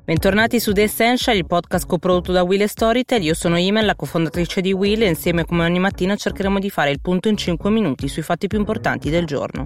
Bentornati su The Essential, il podcast coprodotto da Will e Storytel. Io sono Imen, la cofondatrice di Will, e insieme come ogni mattina cercheremo di fare il punto in 5 minuti sui fatti più importanti del giorno.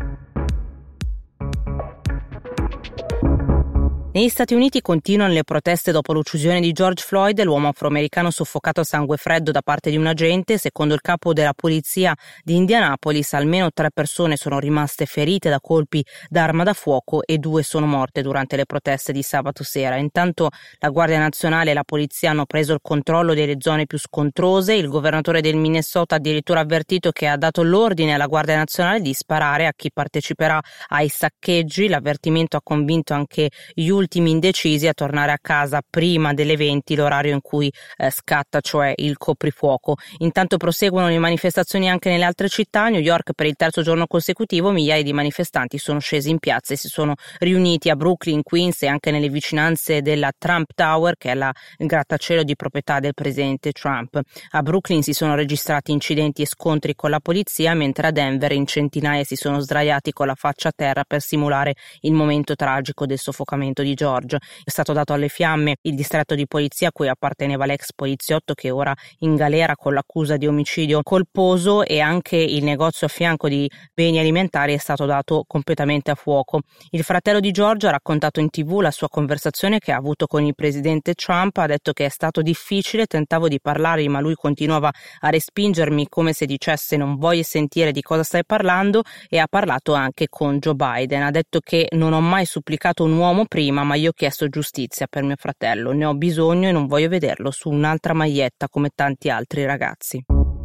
Negli Stati Uniti continuano le proteste dopo l'uccisione di George Floyd, l'uomo afroamericano soffocato a sangue freddo da parte di un agente. Secondo il capo della polizia di Indianapolis, almeno 3 persone sono rimaste ferite da colpi d'arma da fuoco e 2 sono morte durante le proteste di sabato sera. Intanto la Guardia Nazionale e la polizia hanno preso il controllo delle zone più scontrose. Il governatore del Minnesota ha addirittura avvertito che ha dato l'ordine alla Guardia Nazionale di sparare a chi parteciperà ai saccheggi. L'avvertimento ha convinto anche gli ultimi indecisi a tornare a casa prima delle 20, l'orario in cui scatta, cioè il coprifuoco. Intanto proseguono le manifestazioni anche nelle altre città. A New York, per il 3° giorno consecutivo, migliaia di manifestanti sono scesi in piazza e si sono riuniti a Brooklyn, Queens e anche nelle vicinanze della Trump Tower, che è il grattacielo di proprietà del presidente Trump. A Brooklyn si sono registrati incidenti e scontri con la polizia, mentre a Denver in centinaia si sono sdraiati con la faccia a terra per simulare il momento tragico del soffocamento di George. È stato dato alle fiamme il distretto di polizia a cui apparteneva l'ex poliziotto, che è ora in galera con l'accusa di omicidio colposo, e anche il negozio a fianco di beni alimentari è stato dato completamente a fuoco. Il fratello di George ha raccontato in TV la sua conversazione che ha avuto con il presidente Trump. Ha detto che è stato difficile, tentavo di parlargli ma lui continuava a respingermi come se dicesse non voglio sentire di cosa stai parlando, e ha parlato anche con Joe Biden. Ha detto che non ho mai supplicato un uomo prima, ma io ho chiesto giustizia per mio fratello, ne ho bisogno e non voglio vederlo su un'altra maglietta come tanti altri ragazzi.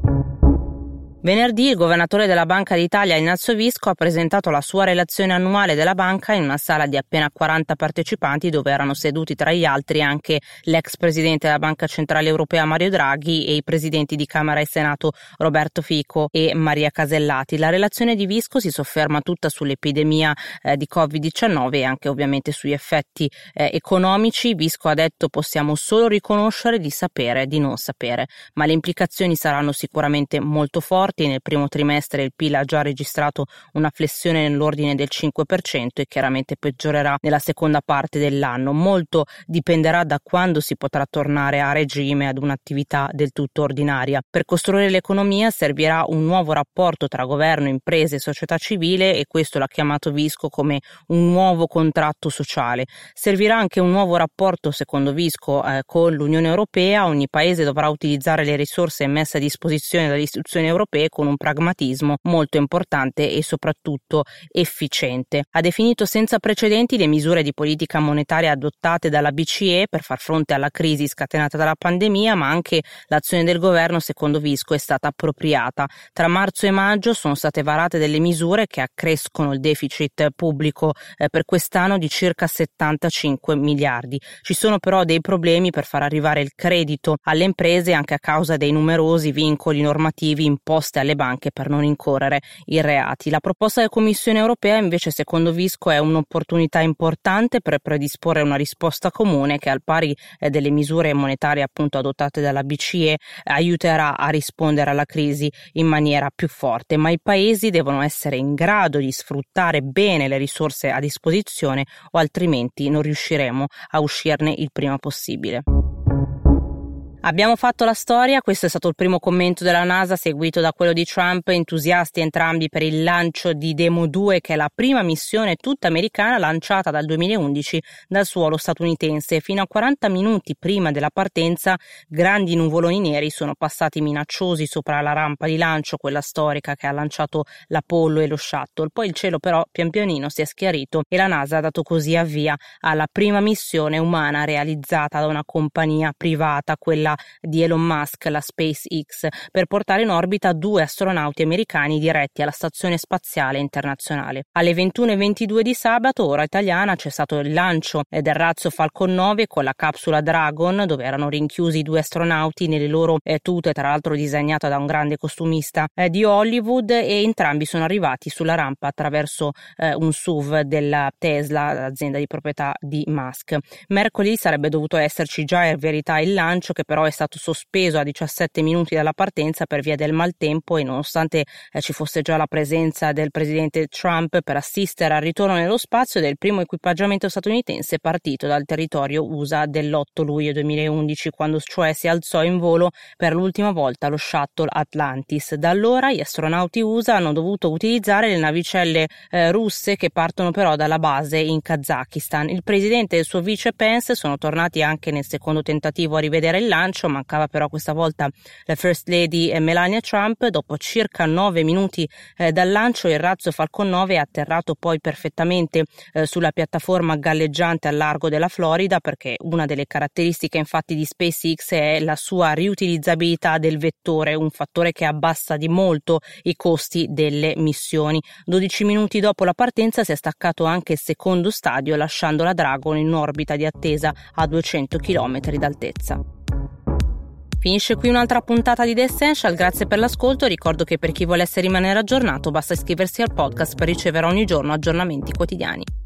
Venerdì il governatore della Banca d'Italia, Ignazio Visco, ha presentato la sua relazione annuale della banca in una sala di appena 40 partecipanti, dove erano seduti tra gli altri anche l'ex presidente della Banca Centrale Europea Mario Draghi e i presidenti di Camera e Senato Roberto Fico e Maria Casellati. La relazione di Visco si sofferma tutta sull'epidemia di Covid-19 e anche ovviamente sugli effetti economici. Visco ha detto: possiamo solo riconoscere di sapere di non sapere, ma le implicazioni saranno sicuramente molto forti. Nel primo trimestre il PIL ha già registrato una flessione nell'ordine del 5% e chiaramente peggiorerà nella seconda parte dell'anno. Molto dipenderà da quando si potrà tornare a regime ad un'attività del tutto ordinaria. Per costruire l'economia servirà un nuovo rapporto tra governo, imprese e società civile, e questo l'ha chiamato Visco come un nuovo contratto sociale. Servirà anche un nuovo rapporto, secondo Visco, con l'Unione Europea. Ogni paese dovrà utilizzare le risorse messe a disposizione dalle istituzioni europee con un pragmatismo molto importante e soprattutto efficiente. Ha definito senza precedenti le misure di politica monetaria adottate dalla BCE per far fronte alla crisi scatenata dalla pandemia, ma anche l'azione del governo, secondo Visco, è stata appropriata. Tra marzo e maggio sono state varate delle misure che accrescono il deficit pubblico per quest'anno di circa 75 miliardi. Ci sono però dei problemi per far arrivare il credito alle imprese, anche a causa dei numerosi vincoli normativi imposti alle banche per non incorrere in reati. La proposta della Commissione europea, invece, secondo Visco, è un'opportunità importante per predisporre una risposta comune che, al pari delle misure monetarie appunto adottate dalla BCE, aiuterà a rispondere alla crisi in maniera più forte. Ma i paesi devono essere in grado di sfruttare bene le risorse a disposizione, o altrimenti non riusciremo a uscirne il prima possibile. Abbiamo fatto la storia, questo è stato il primo commento della NASA, seguito da quello di Trump, entusiasti entrambi per il lancio di Demo 2, che è la prima missione tutta americana lanciata dal 2011 dal suolo statunitense. Fino a 40 minuti prima della partenza, grandi nuvoloni neri sono passati minacciosi sopra la rampa di lancio, quella storica che ha lanciato l'Apollo e lo Shuttle. Poi il cielo però pian pianino si è schiarito e la NASA ha dato così avvia alla prima missione umana realizzata da una compagnia privata, quella di Elon Musk, la SpaceX, per portare in orbita 2 astronauti americani diretti alla Stazione Spaziale Internazionale. Alle 21:22 di sabato, ora italiana, c'è stato il lancio del razzo Falcon 9 con la capsula Dragon, dove erano rinchiusi 2 astronauti nelle loro tute, tra l'altro disegnata da un grande costumista di Hollywood, e entrambi sono arrivati sulla rampa attraverso un SUV della Tesla, l'azienda di proprietà di Musk. Mercoledì sarebbe dovuto esserci già in verità il lancio, che però però è stato sospeso a 17 minuti dalla partenza per via del maltempo, e nonostante ci fosse già la presenza del presidente Trump per assistere al ritorno nello spazio del primo equipaggiamento statunitense partito dal territorio USA dell'8 luglio 2011, quando cioè si alzò in volo per l'ultima volta lo shuttle Atlantis. Da allora gli astronauti USA hanno dovuto utilizzare le navicelle russe, che partono però dalla base in Kazakistan. Il presidente e il suo vice Pence sono tornati anche nel secondo tentativo a rivedere il lancio, mancava però questa volta la First Lady Melania Trump. Dopo circa 9 minuti dal lancio il razzo Falcon 9 è atterrato poi perfettamente sulla piattaforma galleggiante al largo della Florida, perché una delle caratteristiche infatti di SpaceX è la sua riutilizzabilità del vettore, un fattore che abbassa di molto i costi delle missioni. 12 minuti dopo la partenza si è staccato anche il secondo stadio, lasciando la Dragon in orbita di attesa a 200 km d'altezza. Finisce qui un'altra puntata di The Essential, grazie per l'ascolto. Ricordo che per chi volesse rimanere aggiornato basta iscriversi al podcast per ricevere ogni giorno aggiornamenti quotidiani.